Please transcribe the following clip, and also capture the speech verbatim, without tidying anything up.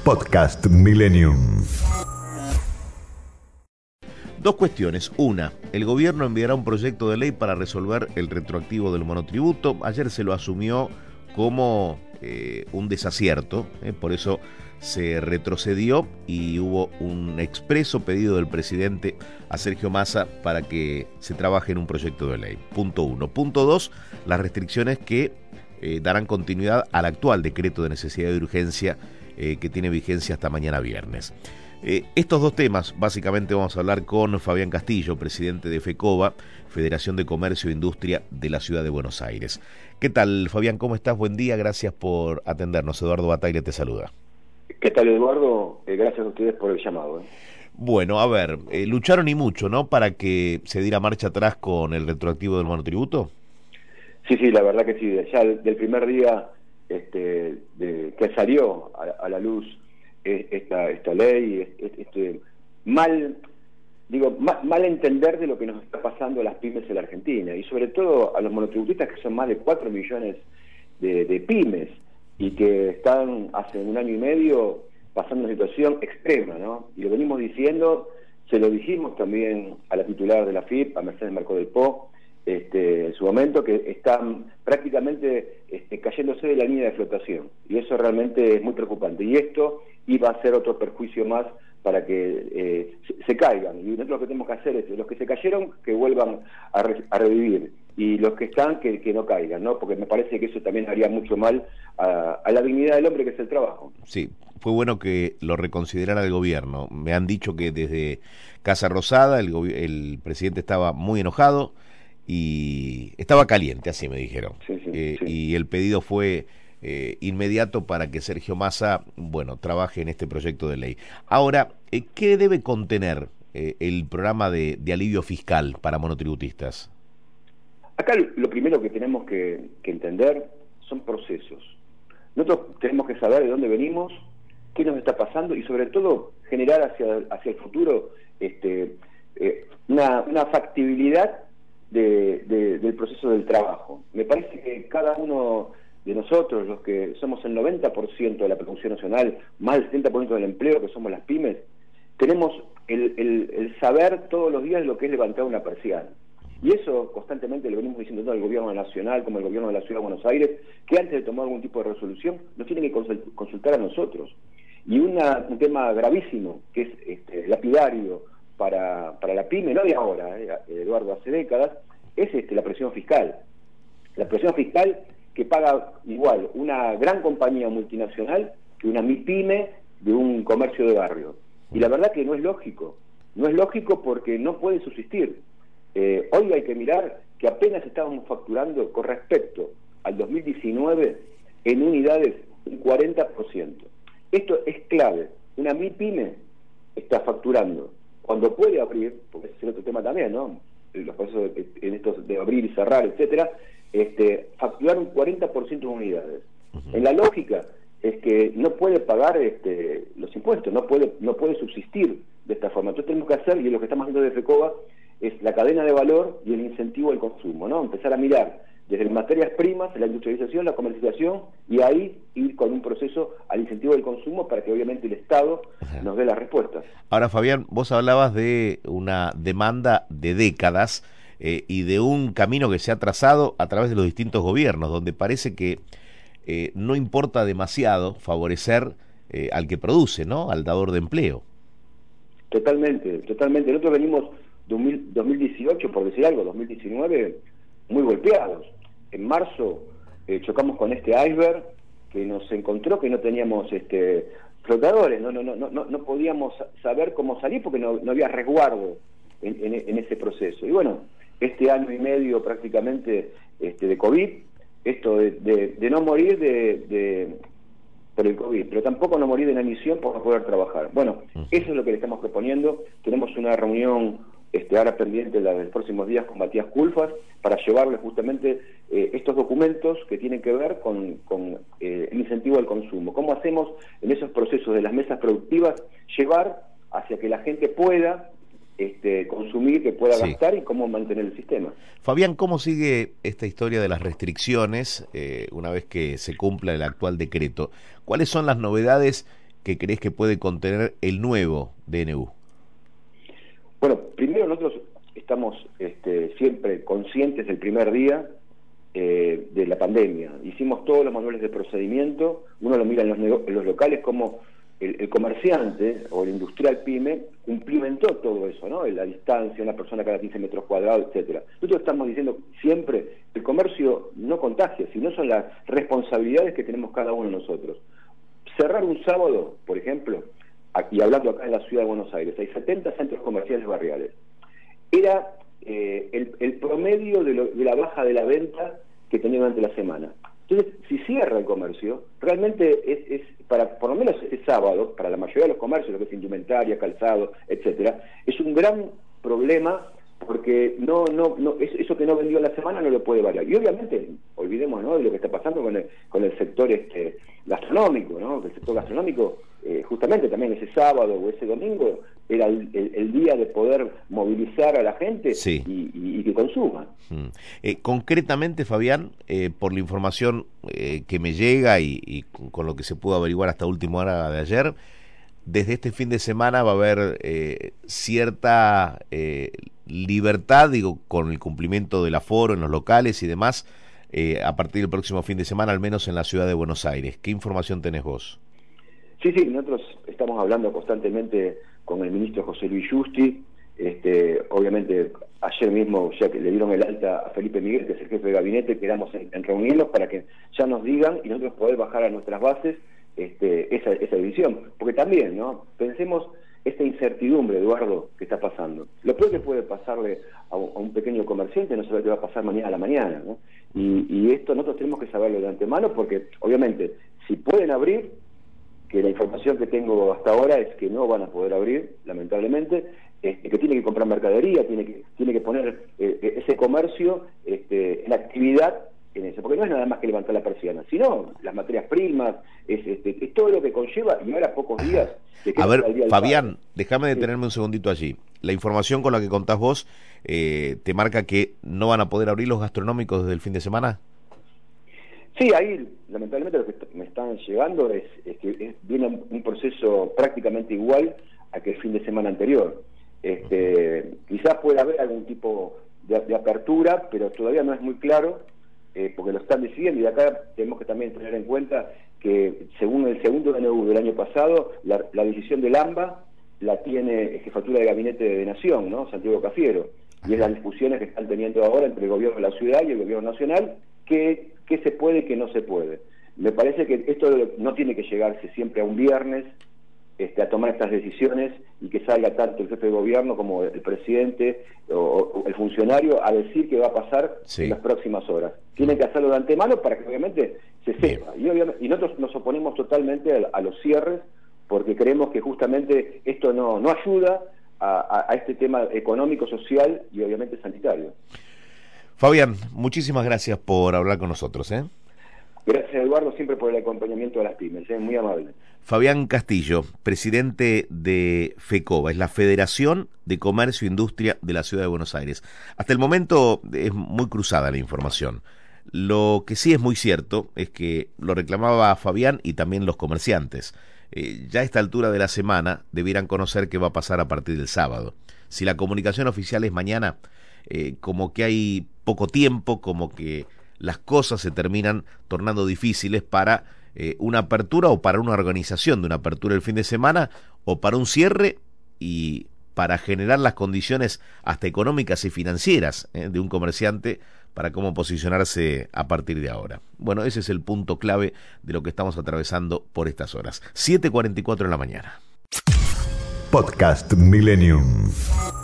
Podcast Millennium. Dos cuestiones. Una, el gobierno enviará un proyecto de ley para resolver el retroactivo del monotributo. Ayer se lo asumió como eh, un desacierto, eh, por eso se retrocedió y hubo un expreso pedido del presidente a Sergio Massa para que se trabaje en un proyecto de ley. Punto uno. Punto dos, las restricciones que eh, darán continuidad al actual decreto de necesidad de urgencia eh, que tiene vigencia hasta mañana viernes. Eh, estos dos temas, básicamente vamos a hablar con Fabián Castillo, presidente de FECOBA, Federación de Comercio e Industria de la Ciudad de Buenos Aires. ¿Qué tal, Fabián? ¿Cómo estás? Buen día, gracias por atendernos. Eduardo Bataglia te saluda. ¿Qué tal, Eduardo? Eh, gracias a ustedes por el llamado. ¿eh? Bueno, a ver, eh, lucharon y mucho, ¿no?, para que se diera marcha atrás con el retroactivo del monotributo. Sí, sí, la verdad que sí. Ya del primer día este, de, que salió a, a la luz esta esta ley, este mal digo mal, mal entender de lo que nos está pasando a las pymes en la Argentina y sobre todo a los monotributistas, que son más de cuatro millones de, de pymes y que están hace un año y medio pasando una situación extrema, ¿no? Y lo venimos diciendo, se lo dijimos también a la titular de la F I P, a Mercedes Marcó del Po, Este, en su momento, que están prácticamente este, cayéndose de la línea de flotación, y eso realmente es muy preocupante, y esto iba a ser otro perjuicio más para que eh, se, se caigan, y nosotros lo que tenemos que hacer es, los que se cayeron, que vuelvan a, re, a revivir, y los que están, que, que no caigan, ¿no? Porque me parece que eso también haría mucho mal a, a la dignidad del hombre, que es el trabajo. Sí, fue bueno que lo reconsiderara el gobierno. Me han dicho que desde Casa Rosada el, el presidente estaba muy enojado y estaba caliente, así me dijeron. Sí, sí, eh, sí. Y el pedido fue eh, inmediato para que Sergio Massa, bueno, trabaje en este proyecto de ley. Ahora, eh, ¿qué debe contener eh, el programa de, de alivio fiscal para monotributistas? Acá lo primero que tenemos que, que entender son procesos. Nosotros tenemos que saber de dónde venimos, qué nos está pasando y sobre todo generar hacia, hacia el futuro este, eh, una, una factibilidad De, de, del proceso del trabajo. Me parece que cada uno de nosotros, los que somos el noventa por ciento de la producción nacional, más del setenta por ciento del empleo, que somos las pymes, tenemos el, el, el saber todos los días lo que es levantar una persiana. Y eso constantemente lo venimos diciendo tanto al gobierno nacional como al gobierno de la Ciudad de Buenos Aires, que antes de tomar algún tipo de resolución nos tienen que consultar a nosotros. Y una, un tema gravísimo, que es este, lapidario, Para, para la pyme, no de ahora, eh, Eduardo, hace décadas, es este, la presión fiscal. La presión fiscal que paga igual una gran compañía multinacional que una MIPYME de un comercio de barrio. Y la verdad que no es lógico. No es lógico porque no puede subsistir. Eh, hoy hay que mirar que apenas estábamos facturando con respecto al dos mil diecinueve en unidades un cuarenta por ciento. Esto es clave. Una MIPYME está facturando cuando puede abrir, porque ese es el otro tema también, ¿no? Los procesos de, en estos de abrir y cerrar, etcétera, este, facturar un cuarenta por ciento de unidades. Uh-huh. En la lógica es que no puede pagar este, los impuestos, no puede, no puede subsistir de esta forma. Entonces tenemos que hacer, y lo que estamos haciendo de FECOBA, es la cadena de valor y el incentivo al consumo, ¿no? Empezar a mirar desde las materias primas, la industrialización, la comercialización, y ahí ir con un proceso al incentivo del consumo para que obviamente el Estado Ajá. nos dé las respuestas. Ahora, Fabián, vos hablabas de una demanda de décadas eh, y de un camino que se ha trazado a través de los distintos gobiernos, donde parece que eh, no importa demasiado favorecer eh, al que produce, ¿no?, al dador de empleo. Totalmente, totalmente. Nosotros venimos dos mil dieciocho, por decir algo, dos mil diecinueve, muy golpeados. En marzo eh, chocamos con este iceberg que nos encontró que no teníamos este, flotadores, no, no, no, no, no podíamos saber cómo salir porque no, no había resguardo en, en, en ese proceso. Y bueno, este año y medio prácticamente este, de COVID, esto de, de, de no morir de, de por el COVID, pero tampoco no morir de inanición por no poder trabajar. Bueno, eso es lo que le estamos proponiendo. Tenemos una reunión Este, ahora pendiente la de los próximos días con Matías Culfas, para llevarle justamente eh, estos documentos que tienen que ver con, con eh, el incentivo al consumo. ¿Cómo hacemos en esos procesos de las mesas productivas llevar hacia que la gente pueda este, consumir, que pueda sí. gastar y cómo mantener el sistema? Fabián, ¿cómo sigue esta historia de las restricciones eh, una vez que se cumpla el actual decreto? ¿Cuáles son las novedades que crees que puede contener el nuevo D N U? Bueno, primero nosotros estamos este, siempre conscientes del primer día eh, de la pandemia. Hicimos todos los manuales de procedimiento, uno lo mira en los, en los locales como el, el comerciante o el industrial pyme cumplimentó todo eso, ¿no? La distancia, una persona cada quince metros cuadrados, etcétera. Nosotros estamos diciendo siempre, el comercio no contagia, sino son las responsabilidades que tenemos cada uno de nosotros. Cerrar un sábado, por ejemplo, y hablando acá en la ciudad de Buenos Aires, hay setenta centros comerciales barriales. Era eh, el, el promedio de, lo, de la baja de la venta que tenía durante la semana. Entonces, si cierra el comercio, realmente es, es para, por lo menos este sábado, para la mayoría de los comercios, lo que es indumentaria, calzado, etcétera, es un gran problema porque no, no, no, eso que no vendió en la semana no lo puede variar. Y obviamente, olvidemos, ¿no?, de lo que está pasando con el, con el sector este, gastronómico, ¿no? El sector gastronómico, eh, justamente también ese sábado o ese domingo, era el, el, el día de poder movilizar a la gente, sí, y, y, y que consuma. Mm. Eh, concretamente, Fabián, eh, por la información eh, que me llega y, y con lo que se pudo averiguar hasta última hora de ayer, desde este fin de semana va a haber eh, cierta eh, libertad, digo, con el cumplimiento del aforo en los locales y demás, eh, a partir del próximo fin de semana, al menos en la ciudad de Buenos Aires. ¿Qué información tenés vos? Sí, sí, nosotros estamos hablando constantemente con el ministro José Luis Justi. Este, obviamente, ayer mismo, ya que le dieron el alta a Felipe Miguel, que es el jefe de gabinete, quedamos en, en reunirnos para que ya nos digan y nosotros poder bajar a nuestras bases este, esa, esa división. Porque también, ¿no?, pensemos esta incertidumbre, Eduardo, que está pasando. Lo peor que puede pasarle a un, a un pequeño comerciante no sabe qué va a pasar mañana a la mañana, ¿no? Y, y esto nosotros tenemos que saberlo de antemano porque, obviamente, si pueden abrir, que la información que tengo hasta ahora es que no van a poder abrir, lamentablemente, este, que tiene que comprar mercadería, tiene que tiene que poner eh, ese comercio este, en actividad en eso, porque no es nada más que levantar la persiana, sino las materias primas, es, este, es todo lo que conlleva, y ahora pocos días... De a ver, Fabián, déjame detenerme sí. un segundito allí. La información con la que contás vos eh, te marca que no van a poder abrir los gastronómicos desde el fin de semana. Sí, ahí lamentablemente lo que me están llegando es, es que es, viene un, un proceso prácticamente igual a que el fin de semana anterior. Este, uh-huh. Quizás pueda haber algún tipo de, de apertura, pero todavía no es muy claro, eh, porque lo están decidiendo, y acá tenemos que también tener en cuenta que según el segundo D N U del año pasado, la, la decisión del AMBA la tiene Jefatura de Gabinete de Nación, ¿no?, Santiago Cafiero, y es las discusiones que están teniendo ahora entre el gobierno de la ciudad y el gobierno nacional, que qué se puede y qué no se puede. Me parece que esto no tiene que llegarse siempre a un viernes este, a tomar estas decisiones y que salga tanto el jefe de gobierno como el presidente o, o el funcionario a decir qué va a pasar sí. en las próximas horas. Tienen que hacerlo de antemano para que obviamente se sepa. Y, obviamente, y nosotros nos oponemos totalmente a, a los cierres porque creemos que justamente esto no, no ayuda a, a, a este tema económico, social y obviamente sanitario. Fabián, muchísimas gracias por hablar con nosotros, ¿eh? Gracias, Eduardo, siempre por el acompañamiento de las pymes, es ¿eh? muy amable. Fabián Castillo, presidente de FECOBA, es la Federación de Comercio e Industria de la Ciudad de Buenos Aires. Hasta el momento es muy cruzada la información. Lo que sí es muy cierto es que lo reclamaba Fabián y también los comerciantes. Eh, ya a esta altura de la semana debieran conocer qué va a pasar a partir del sábado. Si la comunicación oficial es mañana, eh, como que hay poco tiempo, como que las cosas se terminan tornando difíciles para eh, una apertura o para una organización de una apertura el fin de semana o para un cierre y para generar las condiciones hasta económicas y financieras eh, de un comerciante para cómo posicionarse a partir de ahora. Bueno, ese es el punto clave de lo que estamos atravesando por estas horas. siete cuarenta y cuatro en la mañana. Podcast Millennium.